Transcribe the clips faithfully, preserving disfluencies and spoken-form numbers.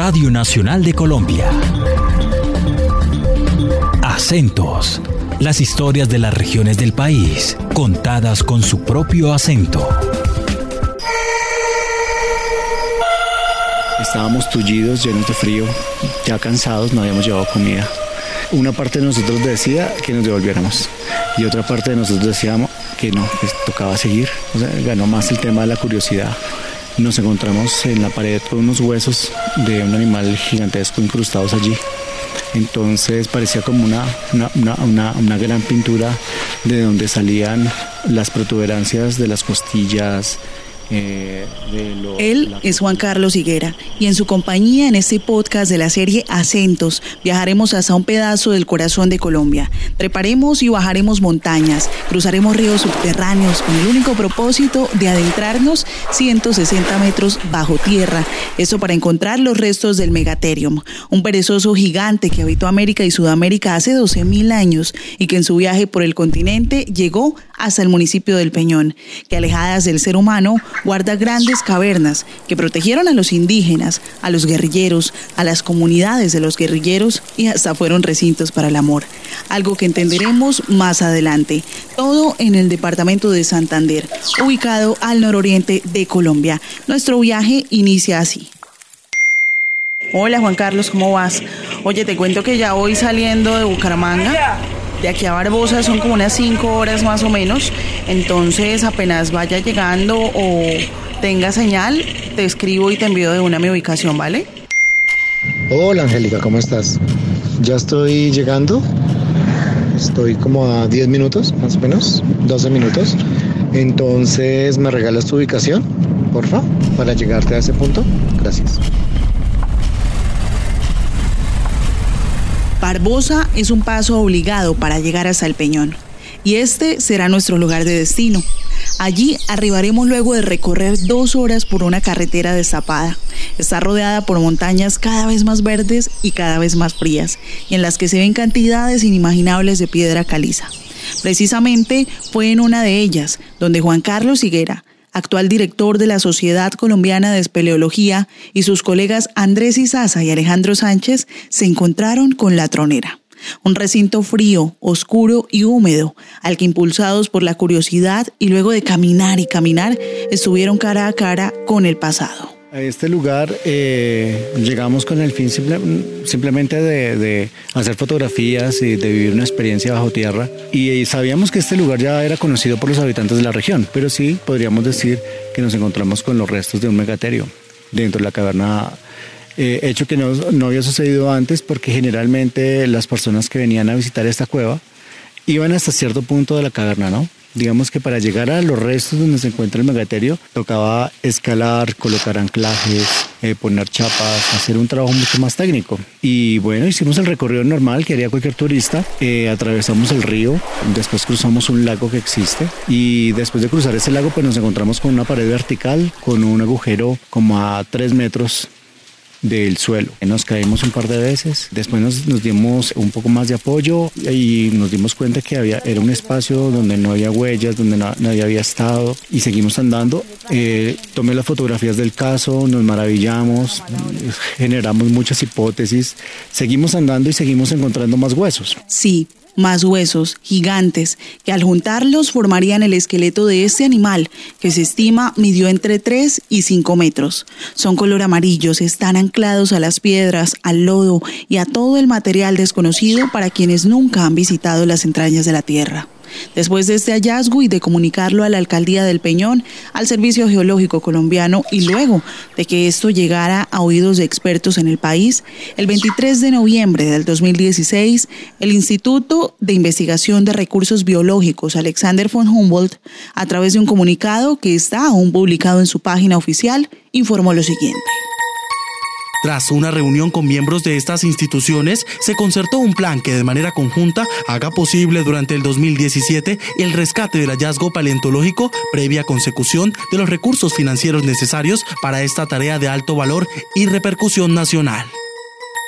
Radio Nacional de Colombia. Acentos. Las historias de las regiones del país, contadas con su propio acento. Estábamos tullidos, llenos de frío, ya cansados, no habíamos llevado comida. Una parte de nosotros decía que nos devolviéramos y otra parte de nosotros decíamos que no, que tocaba seguir. O sea, ganó más el tema de la curiosidad. Nos encontramos en la pared con unos huesos de un animal gigantesco incrustados allí. Entonces parecía como una, una, una, una, una gran pintura de donde salían las protuberancias de las costillas. Eh, de lo, Él la... es Juan Carlos Higuera y en su compañía en este podcast de la serie Acentos viajaremos hasta un pedazo del corazón de Colombia. Treparemos y bajaremos montañas, cruzaremos ríos subterráneos con el único propósito de adentrarnos ciento sesenta metros bajo tierra, esto para encontrar los restos del Megatherium, un perezoso gigante que habitó América y Sudamérica hace doce mil años y que en su viaje por el continente llegó hasta el municipio del Peñón, que alejadas del ser humano guarda grandes cavernas que protegieron a los indígenas, a los guerrilleros, a las comunidades de los guerrilleros y hasta fueron recintos para el amor. Algo que entenderemos más adelante. Todo en el departamento de Santander, ubicado al nororiente de Colombia. Nuestro viaje inicia así. Hola Juan Carlos, ¿cómo vas? Oye, te cuento que ya voy saliendo de Bucaramanga. De aquí a Barbosa son como unas cinco horas más o menos, entonces apenas vaya llegando o tenga señal, te escribo y te envío de una mi ubicación, ¿vale? Hola Angélica, ¿cómo estás? Ya estoy llegando, estoy como a diez minutos, más o menos, doce minutos, entonces ¿me regalas tu ubicación, porfa, para llegarte a ese punto? Gracias. Barbosa es un paso obligado para llegar hasta el Peñón y este será nuestro lugar de destino. Allí arribaremos luego de recorrer dos horas por una carretera destapada. Está rodeada por montañas cada vez más verdes y cada vez más frías y en las que se ven cantidades inimaginables de piedra caliza. Precisamente fue en una de ellas donde Juan Carlos Higuera, actual director de la Sociedad Colombiana de Espeleología, y sus colegas Andrés Izaza y Alejandro Sánchez se encontraron con La Tronera, un recinto frío, oscuro y húmedo, al que impulsados por la curiosidad y luego de caminar y caminar, estuvieron cara a cara con el pasado. A este lugar eh, llegamos con el fin simple, simplemente de, de hacer fotografías y de vivir una experiencia bajo tierra. Y, y sabíamos que este lugar ya era conocido por los habitantes de la región, pero sí podríamos decir que nos encontramos con los restos de un Megatherium dentro de la caverna, eh, hecho que no, no había sucedido antes porque generalmente las personas que venían a visitar esta cueva iban hasta cierto punto de la caverna, ¿no? Digamos que para llegar a los restos donde se encuentra el Megatherium tocaba escalar, colocar anclajes, eh, poner chapas, hacer un trabajo mucho más técnico. Y bueno, hicimos el recorrido normal que haría cualquier turista, eh, atravesamos el río, después cruzamos un lago que existe y después de cruzar ese lago pues nos encontramos con una pared vertical con un agujero como a tres metros del suelo. Nos caímos un par de veces, después nos, nos dimos un poco más de apoyo y nos dimos cuenta que había, era un espacio donde no había huellas, donde no, nadie había estado y seguimos andando. Eh, tomé las fotografías del caso, nos maravillamos, generamos muchas hipótesis, seguimos andando y seguimos encontrando más huesos. Sí, más huesos gigantes que al juntarlos formarían el esqueleto de este animal que se estima midió entre tres y cinco metros. Son color amarillos, están anclados a las piedras, al lodo y a todo el material desconocido para quienes nunca han visitado las entrañas de la tierra. Después de este hallazgo y de comunicarlo a la Alcaldía del Peñón, al Servicio Geológico Colombiano y luego de que esto llegara a oídos de expertos en el país, el veintitrés de noviembre del dos mil dieciséis, el Instituto de Investigación de Recursos Biológicos Alexander von Humboldt, a través de un comunicado que está aún publicado en su página oficial, informó lo siguiente. Tras una reunión con miembros de estas instituciones, se concertó un plan que de manera conjunta haga posible durante el dos mil diecisiete el rescate del hallazgo paleontológico previa consecución de los recursos financieros necesarios para esta tarea de alto valor y repercusión nacional.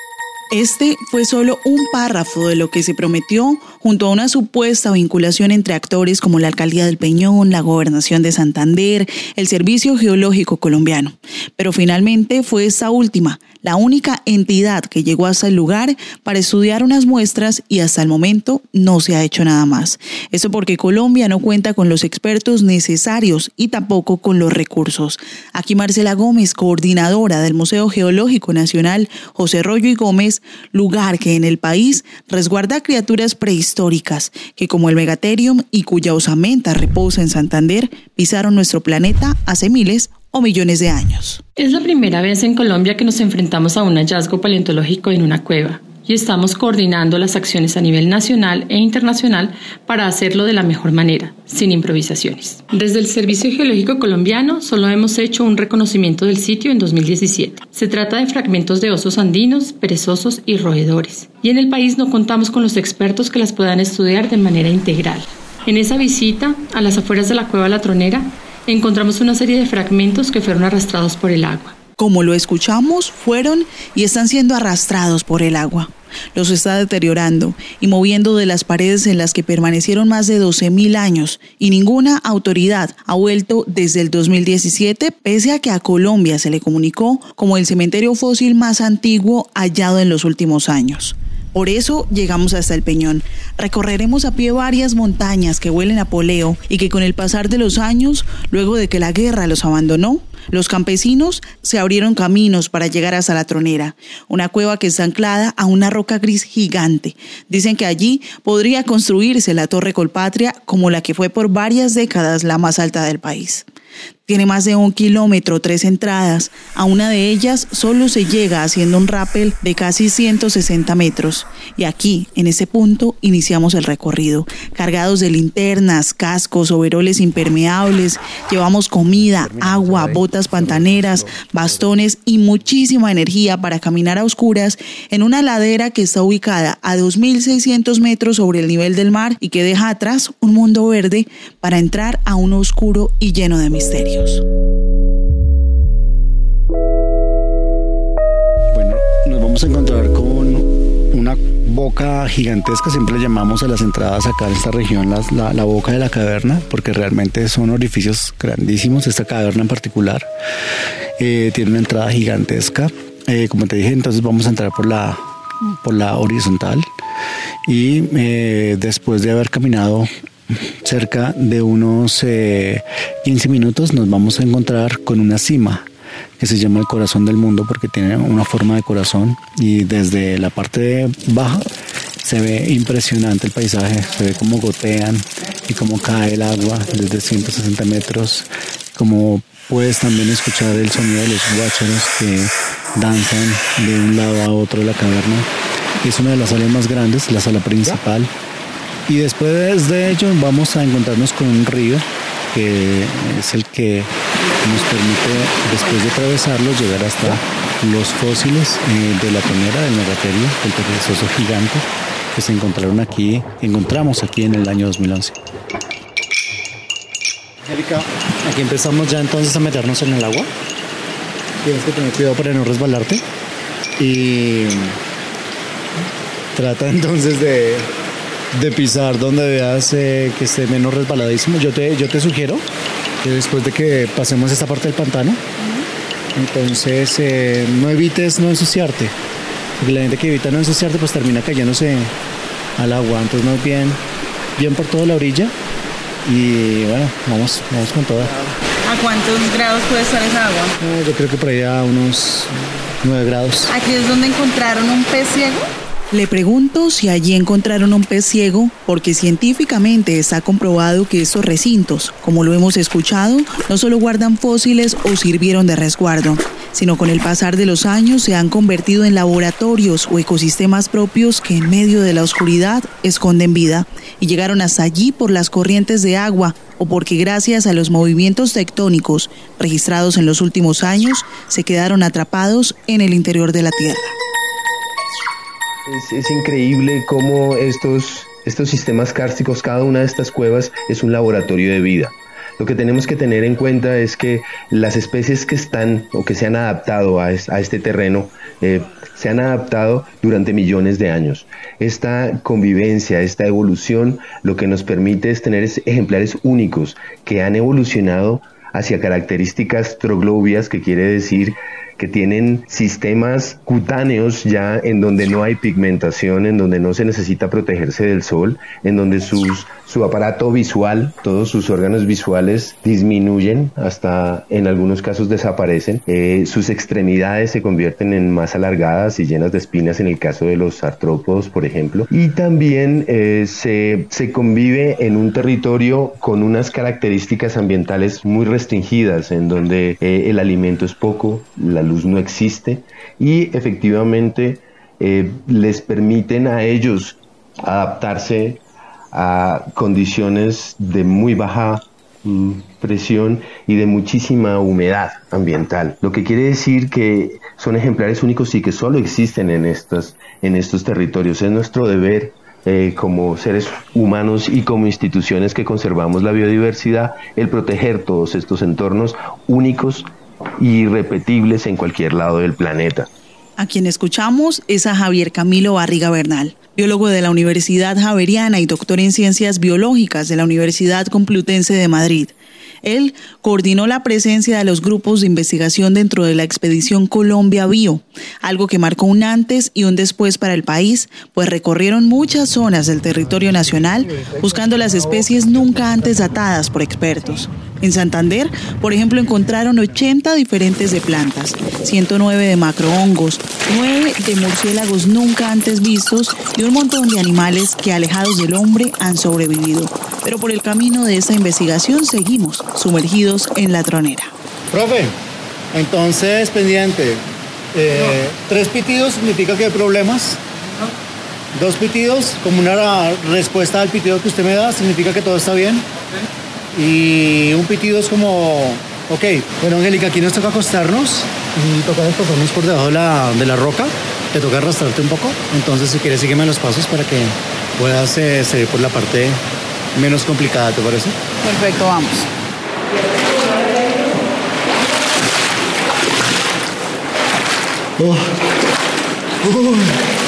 Este fue solo un párrafo de lo que se prometió junto a una supuesta vinculación entre actores como la Alcaldía del Peñón, la Gobernación de Santander, el Servicio Geológico Colombiano. Pero finalmente fue esta última, la única entidad que llegó hasta el lugar para estudiar unas muestras y hasta el momento no se ha hecho nada más. Eso porque Colombia no cuenta con los expertos necesarios y tampoco con los recursos. Aquí Marcela Gómez, coordinadora del Museo Geológico Nacional José Royo y Gómez, lugar que en el país resguarda criaturas prehistóricas que, como el Megatherium y cuya osamenta reposa en Santander, pisaron nuestro planeta hace miles o millones de años. Es la primera vez en Colombia que nos enfrentamos a un hallazgo paleontológico en una cueva y estamos coordinando las acciones a nivel nacional e internacional para hacerlo de la mejor manera, sin improvisaciones. Desde el Servicio Geológico Colombiano solo hemos hecho un reconocimiento del sitio en dos mil diecisiete. Se trata de fragmentos de osos andinos, perezosos y roedores, y en el país no contamos con los expertos que las puedan estudiar de manera integral. En esa visita, a las afueras de la Cueva La Tronera, encontramos una serie de fragmentos que fueron arrastrados por el agua. Como lo escuchamos, fueron y están siendo arrastrados por el agua. Los está deteriorando y moviendo de las paredes en las que permanecieron más de doce mil años y ninguna autoridad ha vuelto desde el dos mil diecisiete, pese a que a Colombia se le comunicó como el cementerio fósil más antiguo hallado en los últimos años. Por eso llegamos hasta el Peñón. Recorreremos a pie varias montañas que huelen a poleo y que con el pasar de los años, luego de que la guerra los abandonó, los campesinos se abrieron caminos para llegar hasta La Tronera, una cueva que está anclada a una roca gris gigante. Dicen que allí podría construirse la Torre Colpatria, como la que fue por varias décadas la más alta del país. Tiene más de un kilómetro, tres entradas. A una de ellas solo se llega haciendo un rappel de casi ciento sesenta metros. Y aquí, en ese punto, iniciamos el recorrido. Cargados de linternas, cascos, overoles impermeables, llevamos comida, agua, botas pantaneras, bastones y muchísima energía para caminar a oscuras en una ladera que está ubicada a dos mil seiscientos metros sobre el nivel del mar y que deja atrás un mundo verde para entrar a uno oscuro y lleno de misterios. Bueno, nos vamos a encontrar con una boca gigantesca, siempre le llamamos a las entradas acá en esta región la, la, la boca de la caverna, porque realmente son orificios grandísimos. Esta caverna en particular eh, tiene una entrada gigantesca, eh, como te dije. Entonces vamos a entrar por la, por la horizontal y eh, después de haber caminado cerca de unos eh, quince minutos nos vamos a encontrar con una cima que se llama el corazón del mundo, porque tiene una forma de corazón, y desde la parte baja se ve impresionante el paisaje. Se ve cómo gotean y cómo cae el agua desde ciento sesenta metros, como puedes también escuchar el sonido de los guácharos que danzan de un lado a otro de la caverna. Es una de las salas más grandes, la sala principal. Y después de ello vamos a encontrarnos con un río que es el que nos permite, después de atravesarlo, llegar hasta los fósiles eh, de la tronera del Megatherium, el perezoso gigante que se encontraron aquí, encontramos aquí en el año dos mil once. Angélica, aquí empezamos ya entonces a meternos en el agua. Tienes que tener cuidado para no resbalarte y trata entonces de de pisar donde veas eh, que esté menos resbaladísimo. Yo te, yo te sugiero que después de que pasemos esta parte del pantano, uh-huh. entonces eh, no evites no ensuciarte, porque la gente que evita no ensuciarte pues termina cayéndose al agua. Entonces más bien, bien por toda la orilla y bueno, vamos, vamos con toda. ¿A cuántos grados puede estar esa agua? Eh, yo creo que por ahí a unos nueve grados. ¿Aquí es donde encontraron un pez ciego? Le pregunto si allí encontraron un pez ciego, porque científicamente está comprobado que estos recintos, como lo hemos escuchado, no solo guardan fósiles o sirvieron de resguardo, sino con el pasar de los años se han convertido en laboratorios o ecosistemas propios que en medio de la oscuridad esconden vida y llegaron hasta allí por las corrientes de agua o porque gracias a los movimientos tectónicos registrados en los últimos años se quedaron atrapados en el interior de la Tierra. Es, es increíble cómo estos, estos sistemas kársticos, cada una de estas cuevas es un laboratorio de vida. Lo que tenemos que tener en cuenta es que las especies que están o que se han adaptado a, es, a este terreno eh, se han adaptado durante millones de años. Esta convivencia, esta evolución, lo que nos permite es tener ejemplares únicos que han evolucionado hacia características troglobias, que quiere decir que tienen sistemas cutáneos ya en donde no hay pigmentación, en donde no se necesita protegerse del sol, en donde sus, su aparato visual, todos sus órganos visuales disminuyen, hasta en algunos casos desaparecen, eh, sus extremidades se convierten en más alargadas y llenas de espinas en el caso de los artrópodos, por ejemplo, y también eh, se, se convive en un territorio con unas características ambientales muy restringidas, en donde eh, el alimento es poco, la luz no existe y efectivamente eh, les permiten a ellos adaptarse a condiciones de muy baja mm, presión y de muchísima humedad ambiental, lo que quiere decir que son ejemplares únicos y que solo existen en estos, en estos territorios. Es nuestro deber Eh, como seres humanos y como instituciones que conservamos la biodiversidad, el proteger todos estos entornos únicos y irrepetibles en cualquier lado del planeta. A quien escuchamos es a Javier Camilo Barriga Bernal, biólogo de la Universidad Javeriana y doctor en Ciencias Biológicas de la Universidad Complutense de Madrid. Él coordinó la presencia de los grupos de investigación dentro de la expedición Colombia Bio, algo que marcó un antes y un después para el país, pues recorrieron muchas zonas del territorio nacional buscando las especies nunca antes datadas por expertos. En Santander, por ejemplo, encontraron ochenta diferentes de plantas, ciento nueve de macrohongos, nueve de murciélagos nunca antes vistos y un montón de animales que, alejados del hombre, han sobrevivido. Pero por el camino de esta investigación seguimos sumergidos en la tronera. Profe, entonces, pendiente, eh, no. ¿Tres pitidos significa que hay problemas? No. ¿Dos pitidos, como una respuesta al pitido que usted me da, significa que todo está bien? Okay. Y un pitido es como, ok, bueno, Angélica, aquí nos toca acostarnos y toca desplazarnos por debajo de la, de la roca, te toca arrastrarte un poco, entonces si quieres sígueme los pasos para que puedas eh, seguir por la parte menos complicada, ¿te parece? Perfecto, vamos. Oh. Uh.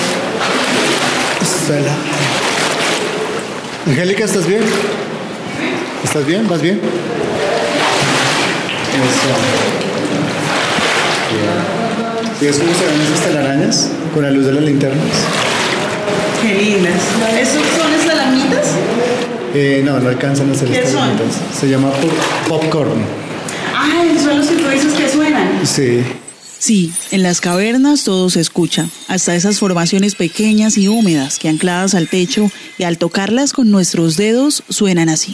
Estela. Angélica, ¿estás bien? ¿Estás bien? ¿Vas bien? Eso. Bien. ¿Sigues cómo se ven esas telarañas con la luz de las linternas? Qué lindas. ¿Esos son estalagmitas? Eh, no, no alcanzan a ser estalagmitas. Se llama pop popcorn. Ah, son los que tú dices que suenan. Sí. Sí, en las cavernas todo se escucha, hasta esas formaciones pequeñas y húmedas que ancladas al techo y al tocarlas con nuestros dedos suenan así.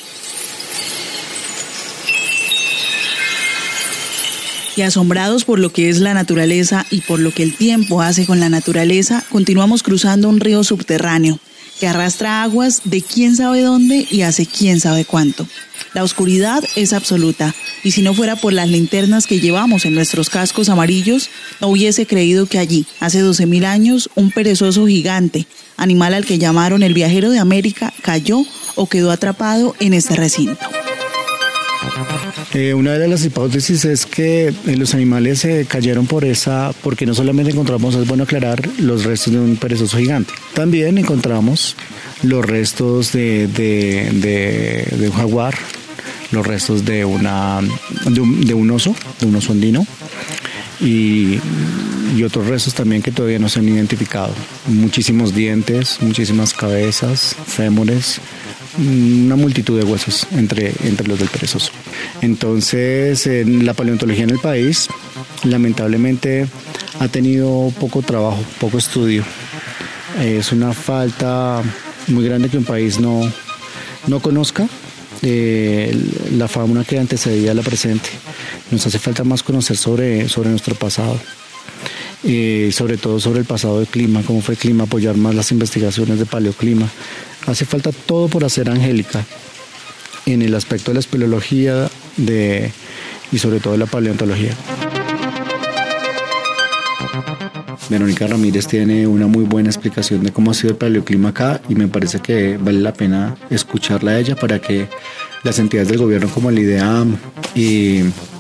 Y asombrados por lo que es la naturaleza y por lo que el tiempo hace con la naturaleza, continuamos cruzando un río subterráneo que arrastra aguas de quién sabe dónde y hace quién sabe cuánto. La oscuridad es absoluta, y si no fuera por las linternas que llevamos en nuestros cascos amarillos, no hubiese creído que allí, hace doce mil años, un perezoso gigante, animal al que llamaron el viajero de América, cayó o quedó atrapado en este recinto. Eh, una de las hipótesis es que eh, los animales eh, cayeron por esa, porque no solamente encontramos, es bueno aclarar, los restos de un perezoso gigante. También encontramos los restos de, de, de, de un jaguar, los restos de, una, de, un, de un oso, de un oso andino, y, y otros restos también que todavía no se han identificado. Muchísimos dientes, muchísimas cabezas, fémures, una multitud de huesos entre, entre los del perezoso. Entonces, en la paleontología en el país, lamentablemente, ha tenido poco trabajo, poco estudio. Es una falta muy grande que un país no, no conozca eh, la fauna que antecedía a la presente. Nos hace falta más conocer sobre, sobre nuestro pasado. Eh, sobre todo sobre el pasado del clima, cómo fue el clima, apoyar más las investigaciones de paleoclima. Hace falta todo por hacer, Angélica, en el aspecto de la espeleología de, y sobre todo de la paleontología. Verónica Ramírez tiene una muy buena explicación de cómo ha sido el paleoclima acá y me parece que vale la pena escucharla a ella para que las entidades del gobierno como el IDEAM y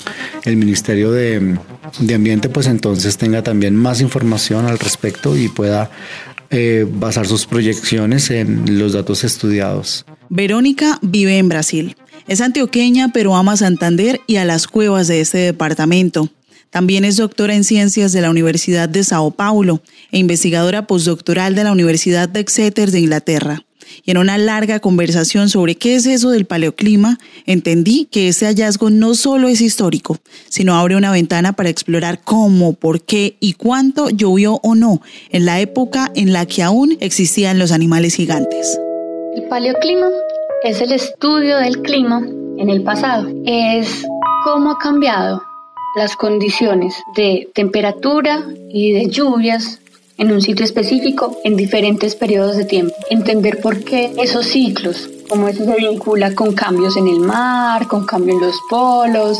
el Ministerio de, de Ambiente, pues entonces tenga también más información al respecto y pueda eh, basar sus proyecciones en los datos estudiados. Verónica vive en Brasil. Es antioqueña, pero ama Santander y a las cuevas de este departamento. También es doctora en Ciencias de la Universidad de Sao Paulo e investigadora postdoctoral de la Universidad de Exeter de Inglaterra. Y en una larga conversación sobre qué es eso del paleoclima, entendí que este hallazgo no solo es histórico, sino abre una ventana para explorar cómo, por qué y cuánto llovió o no en la época en la que aún existían los animales gigantes. El paleoclima es el estudio del clima en el pasado. Es cómo ha cambiado las condiciones de temperatura y de lluvias en un sitio específico en diferentes periodos de tiempo. Entender por qué esos ciclos, cómo eso se vincula con cambios en el mar, con cambios en los polos,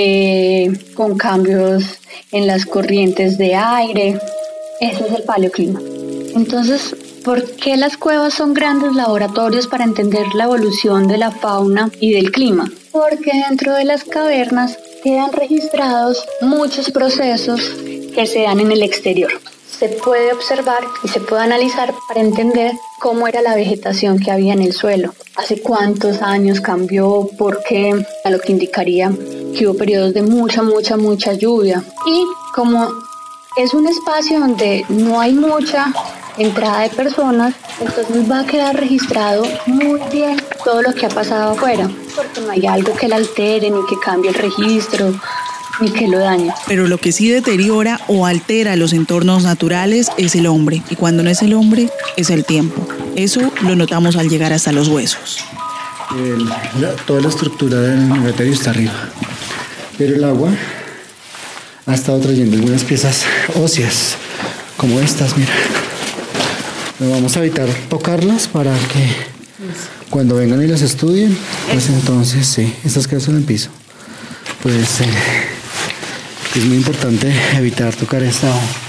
eh, con cambios en las corrientes de aire. Ese es el paleoclima. Entonces, ¿por qué las cuevas son grandes laboratorios para entender la evolución de la fauna y del clima? Porque dentro de las cavernas quedan registrados muchos procesos que se dan en el exterior. Se puede observar y se puede analizar para entender cómo era la vegetación que había en el suelo, hace cuántos años cambió, por qué, a lo que indicaría que hubo periodos de mucha, mucha, mucha lluvia. Y como es un espacio donde no hay mucha entrada de personas, entonces va a quedar registrado muy bien todo lo que ha pasado afuera, porque no hay algo que la altere ni que cambie el registro ni que lo dañe. Pero lo que sí deteriora o altera los entornos naturales es el hombre, y cuando no es el hombre, es el tiempo. Eso lo notamos al llegar hasta los huesos. El, la, toda la estructura del megaterio está arriba, pero el agua ha estado trayendo algunas piezas óseas, como estas, mira. Vamos a evitar tocarlas para que cuando vengan y las estudien, pues entonces sí, estas quedan en el piso. Pues eh, es muy importante evitar tocar esta.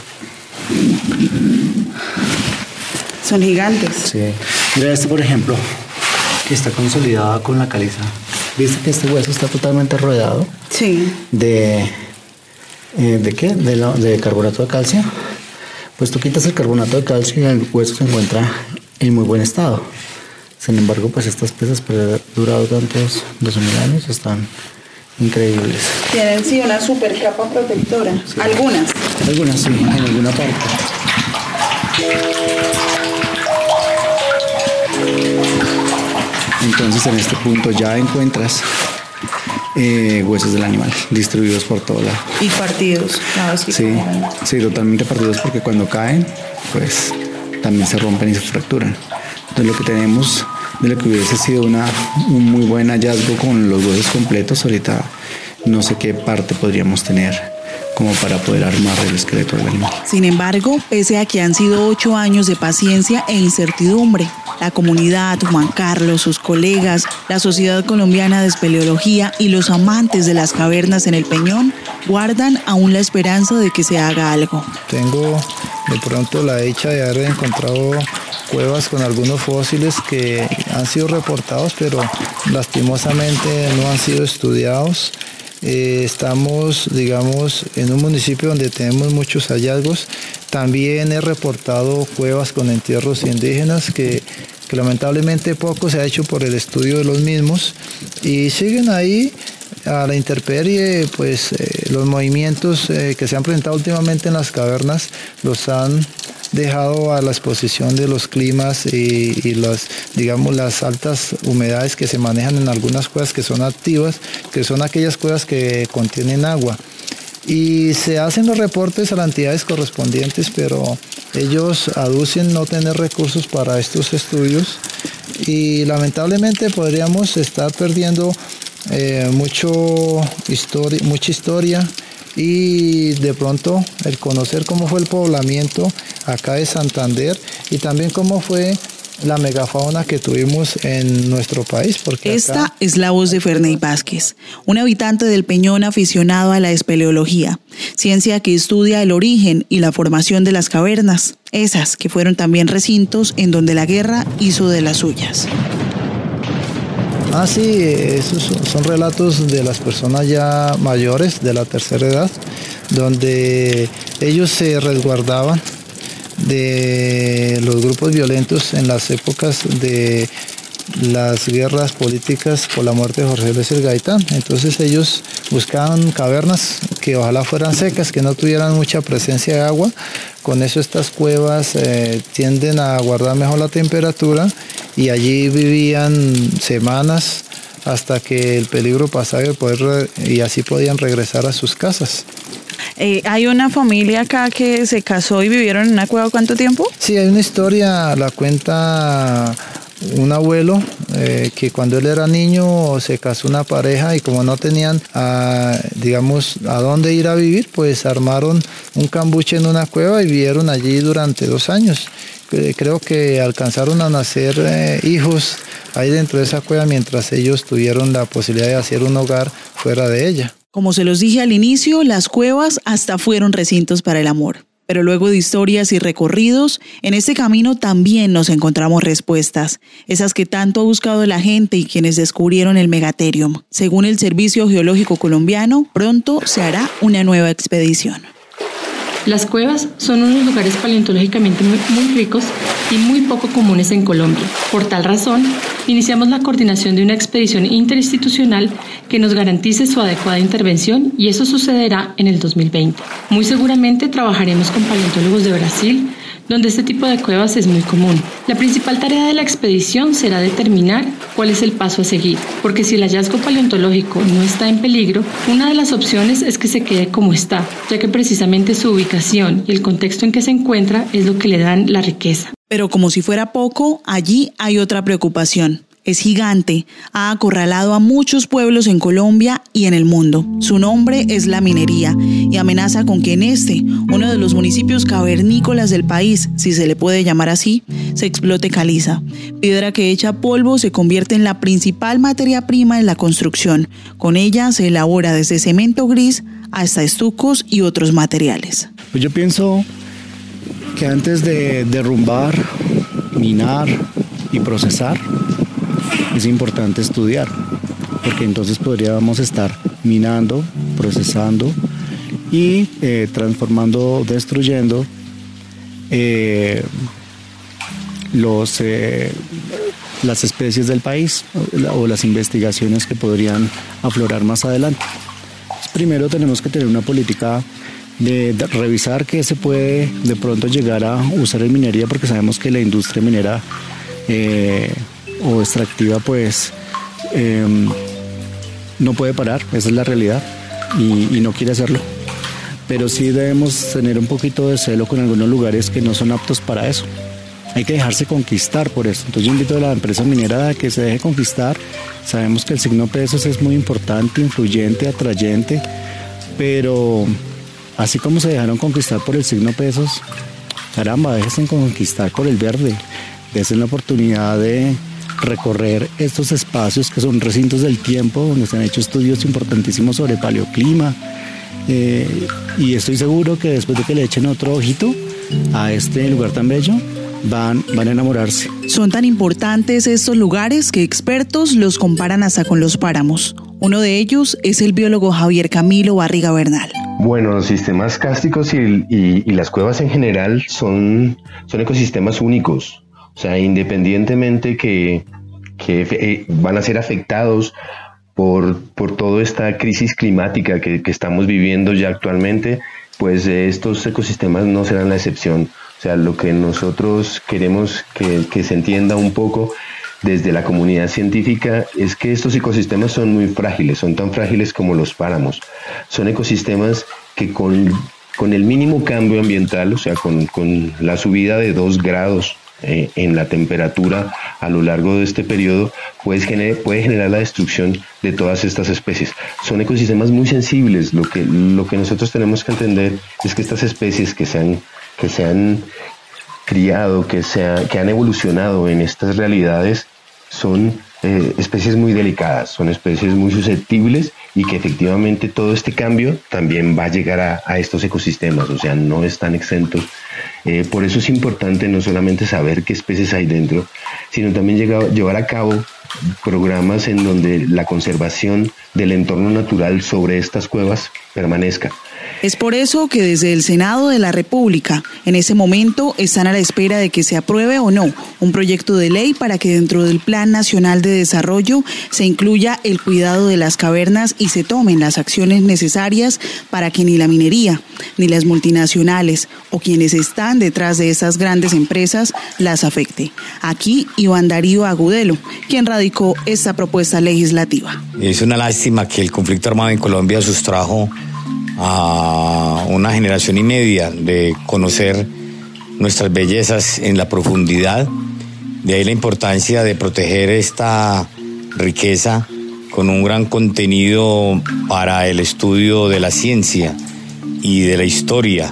Son gigantes. Sí. Mira este, por ejemplo, que está consolidada con la caliza. ¿Viste que este hueso está totalmente rodeado? Sí. De, eh, ¿de qué? De, la, de carbonato de calcio. Pues tú quitas el carbonato de calcio y el hueso se encuentra en muy buen estado. Sin embargo, pues estas piezas que han durado tantos dos mil años están increíbles. Tienen sí una super capa protectora. Sí. Algunas. Algunas sí, en alguna parte. Entonces en este punto ya encuentras eh, huesos del animal distribuidos por todo lado. Y partidos. Claro, sí, sí, sí, totalmente partidos, porque cuando caen, pues también se rompen y se fracturan. Entonces lo que tenemos de lo que hubiese sido una, un muy buen hallazgo con los huesos completos, ahorita no sé qué parte podríamos tener como para poder armar el esqueleto del animal. Sin embargo, pese a que han sido ocho años de paciencia e incertidumbre, la comunidad, Juan Carlos, sus colegas, la Sociedad Colombiana de Espeleología y los amantes de las cavernas en el Peñón guardan aún la esperanza de que se haga algo. Tengo de pronto la dicha de haber encontrado cuevas con algunos fósiles que han sido reportados, pero lastimosamente no han sido estudiados. Eh, estamos, digamos, en un municipio donde tenemos muchos hallazgos. También he reportado cuevas con entierros indígenas que, que lamentablemente poco se ha hecho por el estudio de los mismos y siguen ahí a la intemperie. Pues eh, los movimientos eh, que se han presentado últimamente en las cavernas los han dejado a la exposición de los climas y, y las, digamos, las altas humedades que se manejan en algunas cuevas que son activas, que son aquellas cuevas que contienen agua. Y se hacen los reportes a las entidades correspondientes, pero ellos aducen no tener recursos para estos estudios y lamentablemente podríamos estar perdiendo eh, mucho histori- mucha historia y de pronto el conocer cómo fue el poblamiento acá de Santander y también cómo fue la megafauna que tuvimos en nuestro país. Porque acá... Esta es la voz de Ferney Vázquez, un habitante del Peñón aficionado a la espeleología, ciencia que estudia el origen y la formación de las cavernas, esas que fueron también recintos en donde la guerra hizo de las suyas. Ah, sí, esos son relatos de las personas ya mayores, de la tercera edad, donde ellos se resguardaban de los grupos violentos en las épocas de las guerras políticas por la muerte de Jorge Eliezer Gaitán. Entonces ellos buscaban cavernas que ojalá fueran secas, que no tuvieran mucha presencia de agua. Con eso estas cuevas eh, tienden a guardar mejor la temperatura y allí vivían semanas hasta que el peligro pasaba y, poder, y así podían regresar a sus casas. Eh, ¿Hay una familia acá que se casó y vivieron en una cueva cuánto tiempo? Sí, hay una historia, la cuenta un abuelo, eh, que cuando él era niño se casó una pareja y como no tenían, a, digamos, a dónde ir a vivir, pues armaron un cambuche en una cueva y vivieron allí durante dos años. Creo que alcanzaron a nacer eh, hijos ahí dentro de esa cueva mientras ellos tuvieron la posibilidad de hacer un hogar fuera de ella. Como se los dije al inicio, las cuevas hasta fueron recintos para el amor. Pero luego de historias y recorridos, en este camino también nos encontramos respuestas, esas que tanto ha buscado la gente y quienes descubrieron el Megatherium. Según el Servicio Geológico Colombiano, pronto se hará una nueva expedición. Las cuevas son unos lugares paleontológicamente muy, muy ricos y muy poco comunes en Colombia. Por tal razón, iniciamos la coordinación de una expedición interinstitucional que nos garantice su adecuada intervención y eso sucederá en el dos mil veinte. Muy seguramente trabajaremos con paleontólogos de Brasil, donde este tipo de cuevas es muy común. La principal tarea de la expedición será determinar cuál es el paso a seguir, porque si el hallazgo paleontológico no está en peligro, una de las opciones es que se quede como está, ya que precisamente su ubicación y el contexto en que se encuentra es lo que le dan la riqueza. Pero como si fuera poco, allí hay otra preocupación. Es gigante, ha acorralado a muchos pueblos en Colombia y en el mundo. Su nombre es la minería y amenaza con que en este, uno de los municipios cavernícolas del país, si se le puede llamar así, se explote caliza. Piedra que hecha polvo se convierte en la principal materia prima en la construcción. Con ella se elabora desde cemento gris hasta estucos y otros materiales. Pues yo pienso que antes de derrumbar, minar y procesar, es importante estudiar, porque entonces podríamos estar minando, procesando y eh, transformando, destruyendo eh, los, eh, las especies del país o las investigaciones que podrían aflorar más adelante. Entonces, primero tenemos que tener una política de, de revisar qué se puede de pronto llegar a usar en minería, porque sabemos que la industria minera eh, o extractiva pues eh, no puede parar, esa es la realidad, y, y no quiere hacerlo, pero sí debemos tener un poquito de celo con algunos lugares que no son aptos para eso. Hay que dejarse conquistar por eso. Entonces yo invito a la empresa minera a que se deje conquistar. Sabemos que el signo pesos es muy importante, influyente, atrayente, pero así como se dejaron conquistar por el signo pesos, caramba, déjense conquistar por el verde, déjense la oportunidad de recorrer estos espacios que son recintos del tiempo, donde se han hecho estudios importantísimos sobre paleoclima, eh, y estoy seguro que después de que le echen otro ojito a este lugar tan bello, van, van a enamorarse. Son tan importantes estos lugares que expertos los comparan hasta con los páramos. Uno de ellos es el biólogo Javier Camilo Barriga Bernal. Bueno, los sistemas kársticos y, y, y las cuevas en general son, son ecosistemas únicos. O sea, independientemente que, que eh, van a ser afectados por, por toda esta crisis climática que, que estamos viviendo ya actualmente, pues eh, estos ecosistemas no serán la excepción. O sea, lo que nosotros queremos que, que se entienda un poco desde la comunidad científica es que estos ecosistemas son muy frágiles, son tan frágiles como los páramos. Son ecosistemas que con, con el mínimo cambio ambiental, o sea, con, con la subida de dos grados Eh, en la temperatura a lo largo de este periodo, puede generar, puede generar la destrucción de todas estas especies. Son ecosistemas muy sensibles. Lo que, lo que nosotros tenemos que entender es que estas especies que se han, que se han criado, que, se ha, que han evolucionado en estas realidades, son eh, especies muy delicadas, son especies muy susceptibles y que efectivamente todo este cambio también va a llegar a, a estos ecosistemas, o sea, no están exentos. Eh, por eso es importante no solamente saber qué especies hay dentro, sino también llegar, llevar a cabo programas en donde la conservación del entorno natural sobre estas cuevas permanezca. Es por eso que desde el Senado de la República, en ese momento, están a la espera de que se apruebe o no un proyecto de ley para que dentro del Plan Nacional de Desarrollo se incluya el cuidado de las cavernas y se tomen las acciones necesarias para que ni la minería, ni las multinacionales o quienes están detrás de esas grandes empresas las afecte. Aquí Iván Darío Agudelo, quien radicó esta propuesta legislativa. Es una lástima que el conflicto armado en Colombia sustrajo a una generación y media de conocer nuestras bellezas en la profundidad. De ahí la importancia de proteger esta riqueza con un gran contenido para el estudio de la ciencia y de la historia.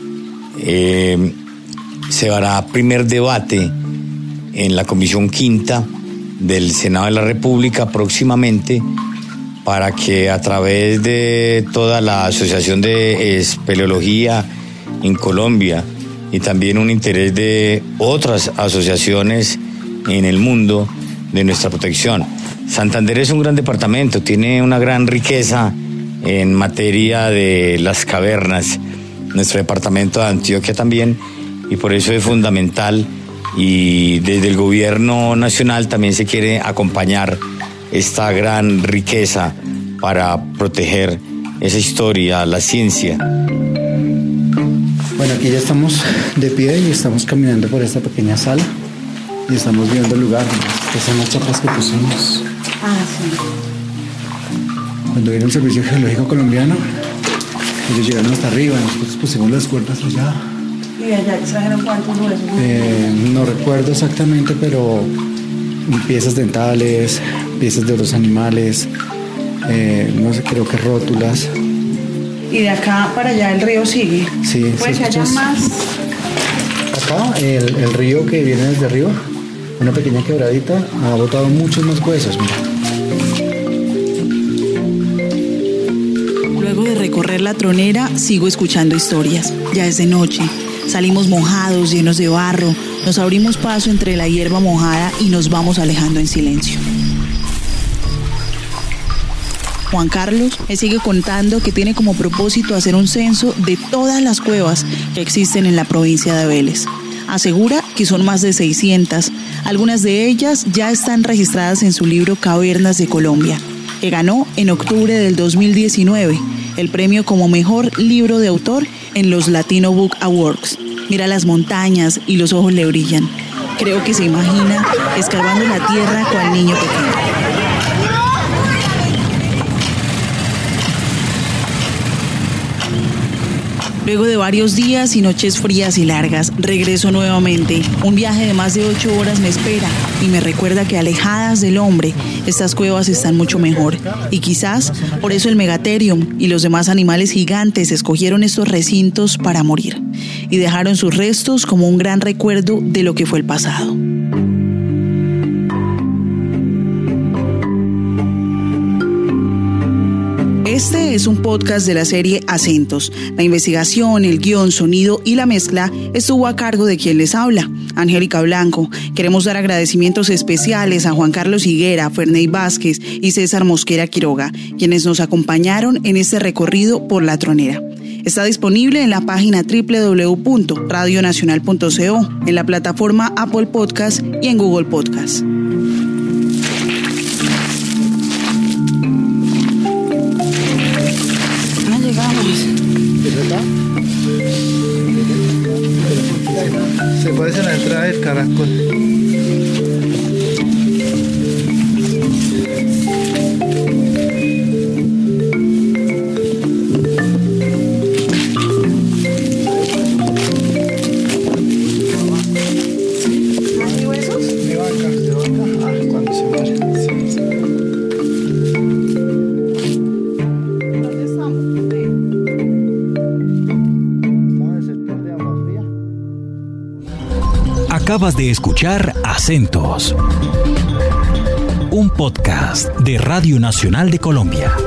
Eh, se hará primer debate en la Comisión Quinta del Senado de la República próximamente, para que a través de toda la Asociación de Espeleología en Colombia y también un interés de otras asociaciones en el mundo de nuestra protección. Santander es un gran departamento, tiene una gran riqueza en materia de las cavernas, nuestro departamento de Antioquia también, y por eso es fundamental, y desde el gobierno nacional también se quiere acompañar esta gran riqueza para proteger esa historia, la ciencia. Bueno, aquí ya estamos de pie y estamos caminando por esta pequeña sala y estamos viendo el lugar. Estas son las chapas que pusimos. Ah, sí. Cuando vino el Servicio Geológico Colombiano, ellos llegaron hasta arriba, nosotros pusimos las cuerdas allá. ¿Y allá trajeron cuántos huesos? Eh, no recuerdo exactamente, pero piezas dentales, piezas de otros animales, eh, no sé, creo que rótulas. ¿Y de acá para allá el río sigue? Sí. Pues ¿sí haya más. Acá el, el río que viene desde arriba, una pequeña quebradita, ha botado muchos más huesos, mira. Luego de recorrer la tronera, sigo escuchando historias. Ya es de noche. Salimos mojados, llenos de barro, nos abrimos paso entre la hierba mojada y nos vamos alejando en silencio. Juan Carlos me sigue contando que tiene como propósito hacer un censo de todas las cuevas que existen en la provincia de Vélez. Asegura que son más de seiscientas. Algunas de ellas ya están registradas en su libro Cavernas de Colombia, que ganó en octubre del dos mil diecinueve el premio como mejor libro de autor en los Latino Book Awards. Mira las montañas y los ojos le brillan. Creo que se imagina escarbando la tierra cual niño pequeño. Luego de varios días y noches frías y largas, regreso nuevamente. Un viaje de más de ocho horas me espera y me recuerda que alejadas del hombre, estas cuevas están mucho mejor. Y quizás por eso el Megatherium y los demás animales gigantes escogieron estos recintos para morir y dejaron sus restos como un gran recuerdo de lo que fue el pasado. Este es un podcast de la serie Acentos. La investigación, el guión, sonido y la mezcla estuvo a cargo de quien les habla, Angélica Blanco. Queremos dar agradecimientos especiales a Juan Carlos Higuera, Ferney Vázquez y César Mosquera Quiroga, quienes nos acompañaron en este recorrido por la tronera. Está disponible en la página doble u doble u doble u punto radio nacional punto co, en la plataforma Apple Podcast y en Google Podcast. Se parece a la entrada del Caracol. ¿Hay huesos? De vaca, de vaca. Ah, cuando se muere. Sí, sí. ¿Dónde estamos? Acabas de escuchar Acentos, un podcast de Radio Nacional de Colombia.